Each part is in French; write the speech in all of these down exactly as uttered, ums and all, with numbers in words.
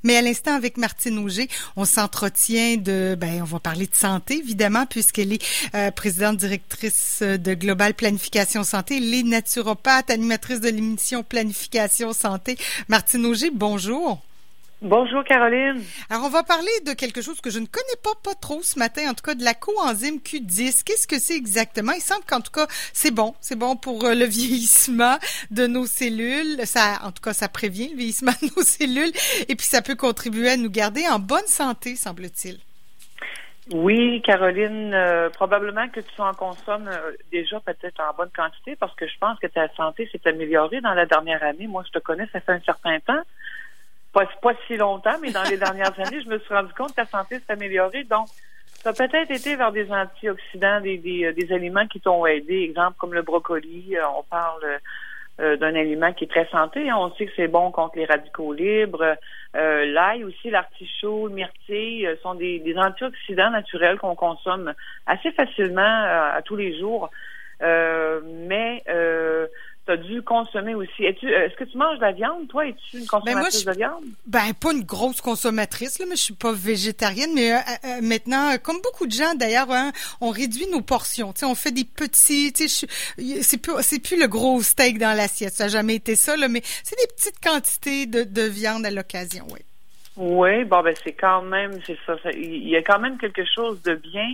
Mais à l'instant, avec Martine Auger, on s'entretient de, ben, on va parler de santé, évidemment, puisqu'elle est euh, présidente directrice de Global Planification Santé, elle est naturopathe, animatrice de l'émission Planification Santé. Martine Auger, bonjour. Bonjour Caroline. Alors, on va parler de quelque chose que je ne connais pas, pas trop ce matin, en tout cas de la coenzyme Q dix. Qu'est-ce que c'est exactement? Il semble qu'en tout cas, c'est bon. C'est bon pour le vieillissement de nos cellules. Ça, en tout cas, ça prévient le vieillissement de nos cellules. Et puis, ça peut contribuer à nous garder en bonne santé, semble-t-il. Oui, Caroline, euh, probablement que tu en consommes euh, déjà peut-être en bonne quantité parce que je pense que ta santé s'est améliorée dans la dernière année. Moi, je te connais, ça fait un certain temps. Pas, pas si longtemps, mais dans les dernières années, je me suis rendu compte que ta santé s'est améliorée. Donc, ça a peut-être été vers des antioxydants, des, des, des aliments qui t'ont aidé. Exemple, comme le brocoli, euh, on parle euh, d'un aliment qui est très santé. Hein. On sait que c'est bon contre les radicaux libres. Euh, l'ail aussi, l'artichaut, le myrtille, euh, sont des, des antioxydants naturels qu'on consomme assez facilement euh, à tous les jours. Euh, mais... Euh, tu as dû consommer aussi. Es-tu, est-ce que tu manges de la viande? Toi, es-tu une consommatrice ben moi, je, de viande? Ben, pas une grosse consommatrice, là, mais je suis pas végétarienne. Mais euh, euh, maintenant, comme beaucoup de gens, d'ailleurs, hein, on réduit nos portions. Tu sais, on fait des petits... Tu sais, c'est plus, c'est plus le gros steak dans l'assiette. Ça n'a jamais été ça, là, mais c'est des petites quantités de, de viande à l'occasion, oui. Oui, bon, ben c'est quand même... c'est ça. Il y a quand même quelque chose de bien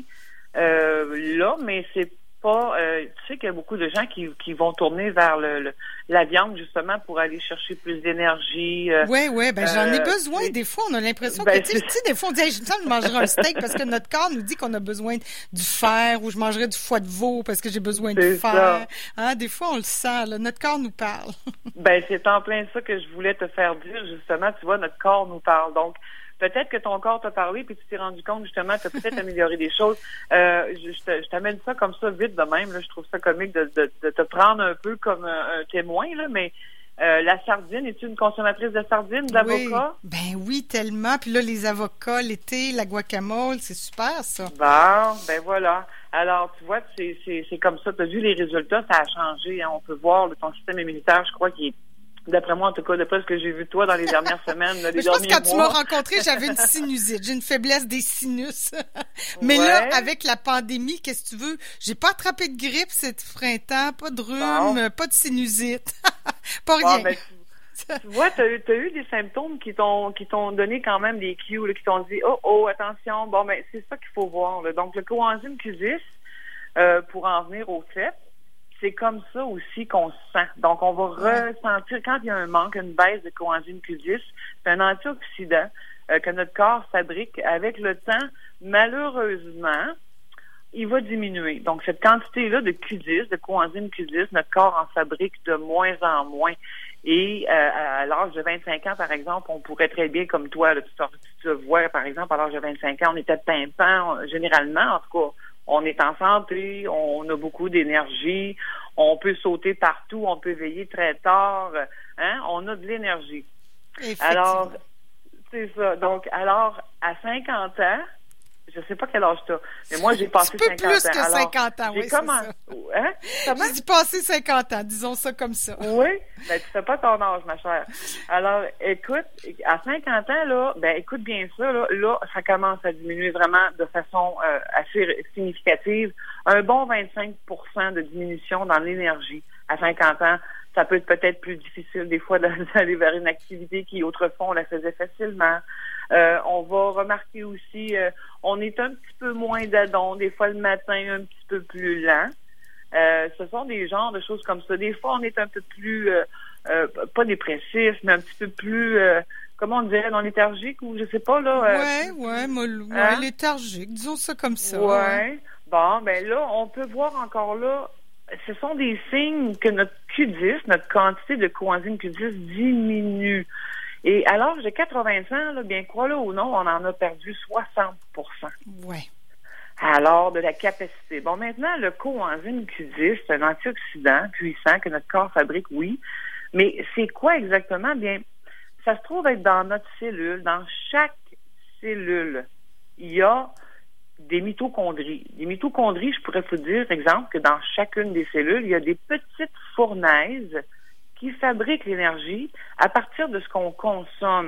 euh, là, mais c'est pas, euh, tu sais qu'il y a beaucoup de gens qui, qui vont tourner vers le, le la viande justement pour aller chercher plus d'énergie. Euh, oui, oui, ben j'en ai euh, besoin. Des fois, on a l'impression ben, que, tu sais, des fois, on dit, hey, je mangerai un steak parce que notre corps nous dit qu'on a besoin du fer ou je mangerai du foie de veau parce que j'ai besoin de fer. Hein, des fois, on le sent, là, notre corps nous parle. Ben, c'est en plein ça que je voulais te faire dire, justement, tu vois, notre corps nous parle. Donc, peut-être que ton corps t'a parlé puis tu t'es rendu compte, justement, tu as peut-être amélioré des choses. Euh, je, je t'amène ça comme ça vite de même. Là, je trouve ça comique de, de, de te prendre un peu comme un, un témoin, là, mais euh, la sardine, es-tu une consommatrice de sardines, d'avocats? Oui, ben oui, tellement. Puis là, les avocats, l'été, la guacamole, c'est super, ça. Bon, ben voilà. Alors, tu vois, c'est, c'est, c'est comme ça. Tu as vu les résultats, ça a changé. Hein. On peut voir là, ton système immunitaire, je crois, qui est d'après moi, en tout cas, d'après ce que j'ai vu de toi dans les dernières semaines, là, les je pense que quand mois. tu m'as rencontré, j'avais une sinusite. J'ai une faiblesse des sinus. Mais ouais. Là, avec la pandémie, qu'est-ce que tu veux? J'ai pas attrapé de grippe cet printemps, pas de rhume, bon. Pas de sinusite. Pas bon, rien. Ben, tu, tu vois, tu as eu des symptômes qui t'ont qui t'ont donné quand même des cues, là, qui t'ont dit « Oh, oh, attention! » Bon, ben c'est ça qu'il faut voir. Là. Donc, le coenzyme Q dix, euh, pour en venir au fait, c'est comme ça aussi qu'on se sent. Donc, on va ressentir, quand il y a un manque, une baisse de coenzyme Q dix, c'est un antioxydant euh, que notre corps fabrique. Avec le temps, malheureusement, il va diminuer. Donc, cette quantité-là de Q dix, de coenzyme Q dix, notre corps en fabrique de moins en moins. Et euh, à l'âge de vingt-cinq ans, par exemple, on pourrait très bien, comme toi, là, tu, te, tu te vois, par exemple, à l'âge de vingt-cinq ans, on était pimpant, généralement, en tout cas. On est en santé, on a beaucoup d'énergie, on peut sauter partout, on peut veiller très tard, hein, on a de l'énergie. Alors, c'est ça. Donc, alors, à cinquante ans, je sais pas quel âge t'as, mais moi, j'ai passé cinquante ans. plus que alors, cinquante ans, oui, comment... c'est ça. Hein? Comment? J'ai passé cinquante ans, disons ça comme ça. Oui, ben tu sais pas ton âge, ma chère. Alors, écoute, à cinquante ans, là, ben écoute bien ça, là, là ça commence à diminuer vraiment de façon euh, assez significative. Un bon vingt-cinq pour cent de diminution dans l'énergie à cinquante ans. Ça peut être peut-être plus difficile des fois d'aller vers une activité qui, autrefois, on la faisait facilement. Euh, on va remarquer aussi, euh, on est un petit peu moins d'adon, des fois le matin un petit peu plus lent. Euh, ce sont des genres de choses comme ça. Des fois, on est un peu plus, euh, euh, pas dépressif, mais un petit peu plus, euh, comment on dirait, non léthargique ou je sais pas, là. Euh, ouais, ouais, molle, ouais, hein? Léthargique, disons ça comme ça. Ouais. ouais. Bon, ben là, on peut voir encore là, ce sont des signes que notre Q dix, notre quantité de coenzyme Q dix diminue. Et à l'âge de quatre-vingts ans, là, bien crois-le ou non, on en a perdu soixante pour cent. Ouais. Alors, de la capacité. Bon, maintenant, le coenzyme Q dix, c'est un antioxydant puissant que notre corps fabrique, oui. Mais c'est quoi exactement? Bien, ça se trouve être dans notre cellule. Dans chaque cellule, il y a des mitochondries. Les mitochondries, je pourrais vous dire, exemple, que dans chacune des cellules, il y a des petites fournaises qui fabriquent l'énergie à partir de ce qu'on consomme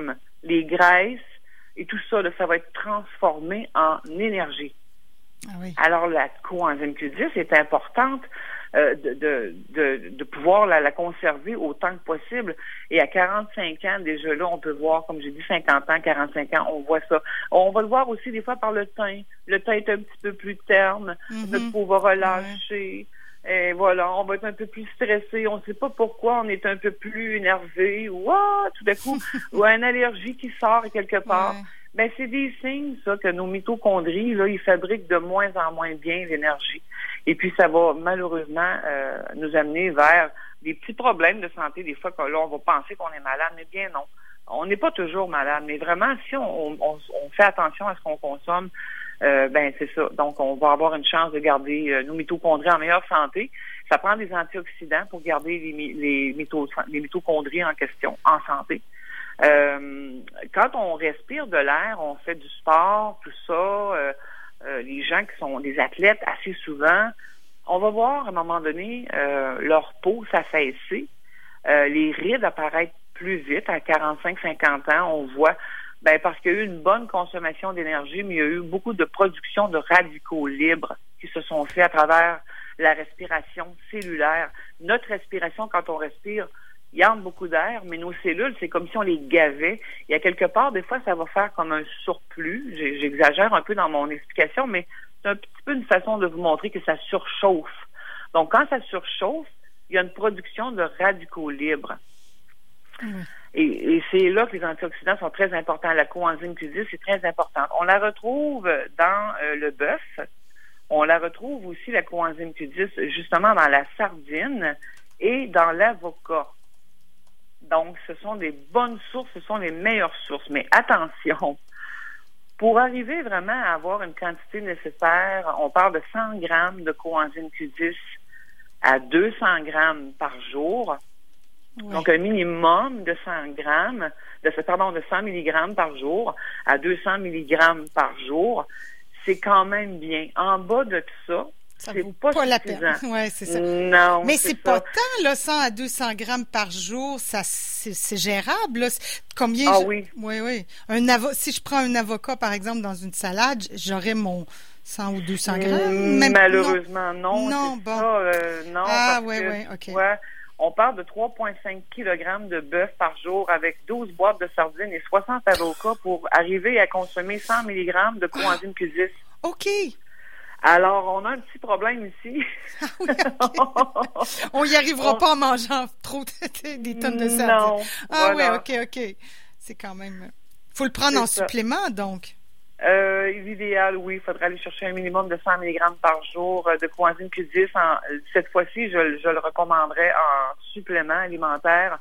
les graisses et tout ça, là, ça va être transformé en énergie. Ah oui. Alors, la coenzyme Q dix est importante euh, de, de, de, de pouvoir la, la conserver autant que possible. Et à quarante-cinq ans, déjà là, on peut voir, comme j'ai dit, cinquante ans, quarante-cinq ans, on voit ça. On va le voir aussi des fois par le teint. Le teint est un petit peu plus terne, mm-hmm. notre peau va relâcher. Ouais. Et voilà, on va être un peu plus stressé. On ne sait pas pourquoi on est un peu plus énervé ou ah, tout d'un coup, ou une allergie qui sort quelque part. Ouais. Ben, c'est des signes, ça, que nos mitochondries, là, ils fabriquent de moins en moins bien l'énergie. Et puis, ça va malheureusement euh, nous amener vers des petits problèmes de santé. Des fois, là, on va penser qu'on est malade, mais bien non. On n'est pas toujours malade. Mais vraiment, si on, on, on fait attention à ce qu'on consomme, euh, ben c'est ça. Donc, on va avoir une chance de garder euh, nos mitochondries en meilleure santé. Ça prend des antioxydants pour garder les, les, mito, les mitochondries en question, en santé. Euh, quand on respire de l'air, on fait du sport, tout ça, euh, euh, les gens qui sont des athlètes assez souvent, on va voir à un moment donné euh, leur peau s'affaisser, euh, les rides apparaître plus vite à quarante-cinq cinquante ans, on voit, ben parce qu'il y a eu une bonne consommation d'énergie, mais il y a eu beaucoup de production de radicaux libres qui se sont faits à travers la respiration cellulaire. Notre respiration, quand on respire, il entre beaucoup d'air, mais nos cellules, c'est comme si on les gavait. Il y a quelque part, des fois, ça va faire comme un surplus. J'exagère un peu dans mon explication, mais c'est un petit peu une façon de vous montrer que ça surchauffe. Donc, quand ça surchauffe, il y a une production de radicaux libres. Mmh. Et, et c'est là que les antioxydants sont très importants. La coenzyme Q dix est très importante. On la retrouve dans euh, le bœuf. On la retrouve aussi, la coenzyme Q dix, justement dans la sardine et dans l'avocat. Donc, ce sont des bonnes sources, ce sont les meilleures sources. Mais attention, pour arriver vraiment à avoir une quantité nécessaire, on parle de cent grammes de coenzyme Q dix à deux cents grammes par jour. Oui. Donc, un minimum de cent grammes, de, pardon, de cent milligrammes par jour à deux cents milligrammes par jour. C'est quand même bien. En bas de tout ça, ça c'est vaut pas, pas la suffisant. peine. Ouais, c'est ça. Non, mais c'est, c'est pas tant, là, cent à deux cents grammes par jour, ça, c'est, c'est gérable, là. Combien? Ah je... oui. Oui, oui. Un avo... Si je prends un avocat, par exemple, dans une salade, j'aurais mon cent ou deux cents grammes. Même... Malheureusement, non. Non, bon. Ça, euh, non. Ah, oui, que, oui, OK. Ouais, on parle de trois virgule cinq kilogrammes de bœuf par jour avec douze boîtes de sardines et soixante avocats pour arriver à consommer cent milligrammes de coenzyme Q dix. OK. Alors, on a un petit problème ici. Ah oui, okay. On y arrivera on... pas en mangeant trop des tonnes de sardines. Non. Ah voilà. oui, OK, OK. C'est quand même... Faut le prendre C'est en ça. supplément, donc. Euh, l'idéal, oui, il faudrait aller chercher un minimum de cent milligrammes par jour de coenzyme Q dix. En, cette fois-ci, je, je le recommanderais en supplément alimentaire.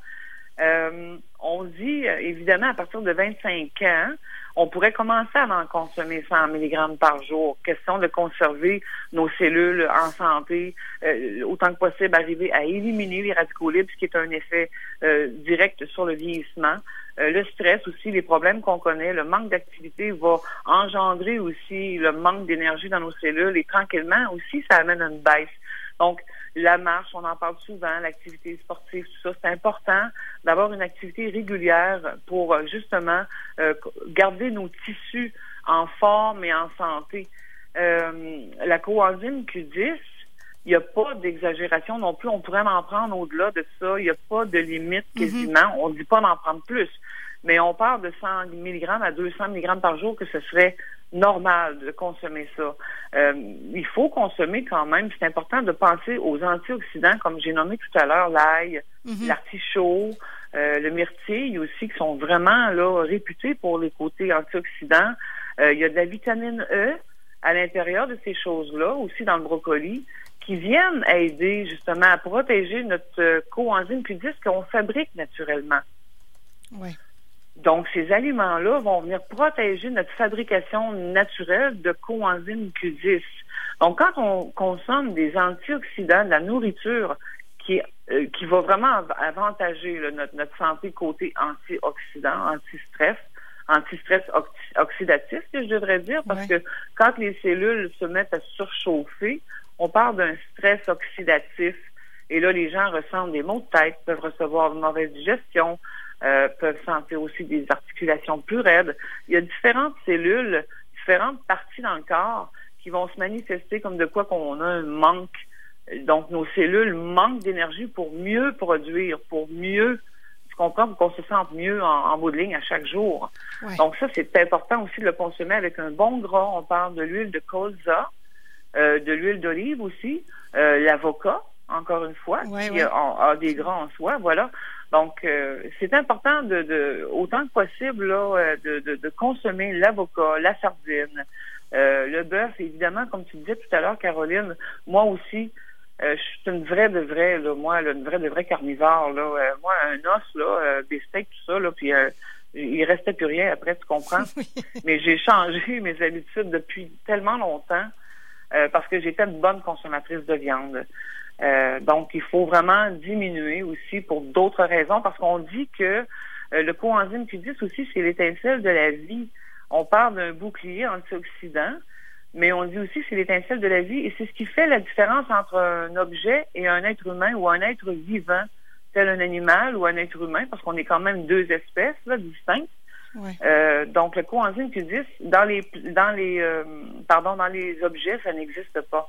Euh, on dit, évidemment, à partir de vingt-cinq ans, on pourrait commencer à en consommer cent milligrammes par jour. Question de conserver nos cellules en santé, euh, autant que possible, arriver à éliminer les radicaux libres, ce qui est un effet euh, direct sur le vieillissement. Euh, le stress aussi, les problèmes qu'on connaît, le manque d'activité va engendrer aussi le manque d'énergie dans nos cellules et tranquillement aussi, ça amène à une baisse. Donc, la marche, on en parle souvent, l'activité sportive, tout ça, c'est important d'avoir une activité régulière pour justement euh, garder nos tissus en forme et en santé. Euh, la coenzyme Q dix, il n'y a pas d'exagération non plus. On pourrait en prendre au-delà de ça. Il n'y a pas de limite quasiment. Mm-hmm. On ne dit pas d'en prendre plus. Mais on parle de cent milligrammes à deux cents milligrammes par jour que ce serait normal de consommer ça. Euh, il faut consommer quand même. C'est important de penser aux antioxydants, comme j'ai nommé tout à l'heure, l'ail, mm-hmm. l'artichaut, euh, le myrtille aussi, qui sont vraiment là réputés pour les côtés antioxydants. Euh, il y a de la vitamine E à l'intérieur de ces choses-là, aussi dans le brocoli, qui viennent aider justement à protéger notre euh, coenzyme Q dix qu'on fabrique naturellement. Oui. Donc, ces aliments-là vont venir protéger notre fabrication naturelle de coenzyme Q dix. Donc, quand on consomme des antioxydants de la nourriture qui, euh, qui va vraiment avantager là, notre, notre santé côté antioxydant, anti-stress, anti-stress oxy- oxydatif, que je devrais dire, parce ouais. que quand les cellules se mettent à surchauffer, on parle d'un stress oxydatif. Et là, les gens ressentent des maux de tête, peuvent recevoir une mauvaise digestion, euh, peuvent sentir aussi des articulations plus raides. Il y a différentes cellules, différentes parties dans le corps qui vont se manifester comme de quoi qu'on a un manque. Donc, nos cellules manquent d'énergie pour mieux produire, pour mieux, tu comprends, pour qu'on se sente mieux en, en bout de ligne à chaque jour. Ouais. Donc, ça, c'est important aussi de le consommer avec un bon gras. On parle de l'huile de colza, euh, de l'huile d'olive aussi, euh, l'avocat, encore une fois, ouais, qui ouais. A, a des gras en soi, voilà. Donc, euh, c'est important de, de, autant que possible, là, de, de, de consommer l'avocat, la sardine, euh, le bœuf, évidemment, comme tu disais tout à l'heure, Caroline, moi aussi, euh, je suis une vraie de vraie, là, moi, là, une vraie de vraie carnivore, là. Euh, moi, un os, là, euh, des steaks, tout ça, là, puis euh, il restait plus rien après, tu comprends? Oui. Mais j'ai changé mes habitudes depuis tellement longtemps euh, parce que j'étais une bonne consommatrice de viande. Euh, donc, il faut vraiment diminuer aussi pour d'autres raisons, parce qu'on dit que euh, le coenzyme Q dix aussi, c'est l'étincelle de la vie. On parle d'un bouclier antioxydant, mais on dit aussi que c'est l'étincelle de la vie, et c'est ce qui fait la différence entre un objet et un être humain ou un être vivant, tel un animal ou un être humain, parce qu'on est quand même deux espèces là, distinctes. Ouais. Euh, donc, le coenzyme Q dix, dans les dans les euh, pardon, dans les objets, ça n'existe pas.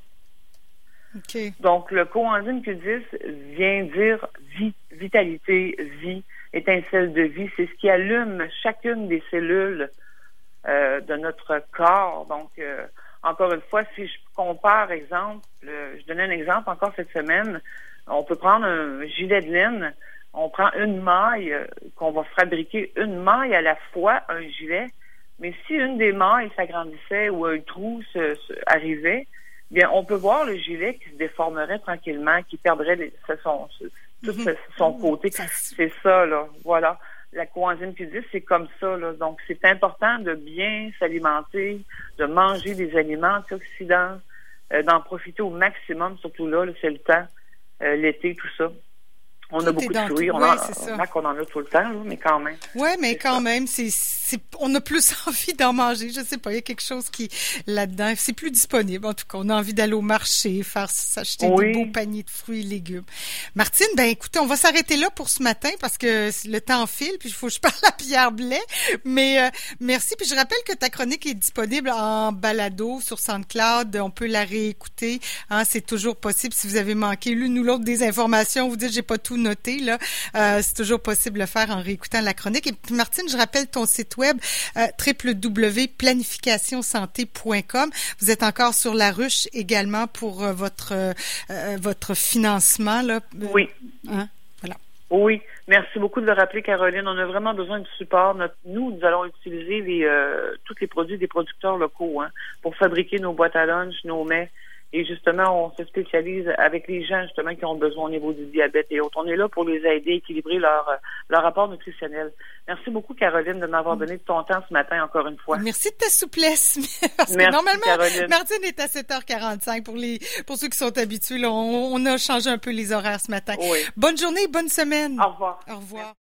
Okay. Donc, le coenzyme Q dix vient dire vie, vitalité, vie, étincelle de vie. C'est ce qui allume chacune des cellules euh, de notre corps. Donc, euh, encore une fois, si je compare, exemple, euh, je donnais un exemple encore cette semaine, on peut prendre un gilet de laine, on prend une maille, euh, qu'on va fabriquer une maille à la fois, un gilet, mais si une des mailles s'agrandissait ou un trou se, se arrivait, bien, on peut voir le gilet qui se déformerait tranquillement, qui perdrait les, son, tout mm-hmm. son côté. C'est ça, là. Voilà. La coenzyme Q dix, c'est comme ça, là. Donc, c'est important de bien s'alimenter, de manger des aliments antioxydants, euh, d'en profiter au maximum, surtout là, là c'est le temps, euh, l'été, tout ça. On tout a beaucoup de fruits, on, ouais, en, on, on en a tout le temps, là, mais quand même. Oui, mais quand ça. même, c'est, c'est, on a plus envie d'en manger. Je sais pas, il y a quelque chose qui, là-dedans, c'est plus disponible. En tout cas, on a envie d'aller au marché, faire s'acheter oui. des beaux paniers de fruits et légumes. Martine, ben écoutez, on va s'arrêter là pour ce matin parce que le temps file, puis il faut que je parle à Pierre Blais. Mais euh, merci, puis je rappelle que ta chronique est disponible en balado sur SoundCloud. On peut la réécouter. Hein, c'est toujours possible. Si vous avez manqué l'une ou l'autre des informations, vous dites j'ai pas tout noté, là. Euh, c'est toujours possible de le faire en réécoutant la chronique. Et puis, Martine, je rappelle ton site web, euh, w w w point planification santé point com. Vous êtes encore sur la ruche également pour euh, votre euh, votre financement, là. Oui. Hein? Voilà. Oui. Merci beaucoup de le rappeler, Caroline. On a vraiment besoin de support. Notre, nous, nous allons utiliser les euh, tous les produits des producteurs locaux, hein, pour fabriquer nos boîtes à lunch, nos mets. Et justement, on se spécialise avec les gens justement qui ont besoin au niveau du diabète et autres. On est là pour les aider à équilibrer leur leur rapport nutritionnel. Merci beaucoup, Caroline, de m'avoir donné de ton temps ce matin encore une fois. Merci de ta souplesse. Parce Merci, que normalement, Caroline. Martine est à sept heures quarante-cinq pour les pour ceux qui sont habitués. Là, on, on a changé un peu les horaires ce matin. Oui. Bonne journée, bonne semaine. Au revoir. Au revoir. Merci.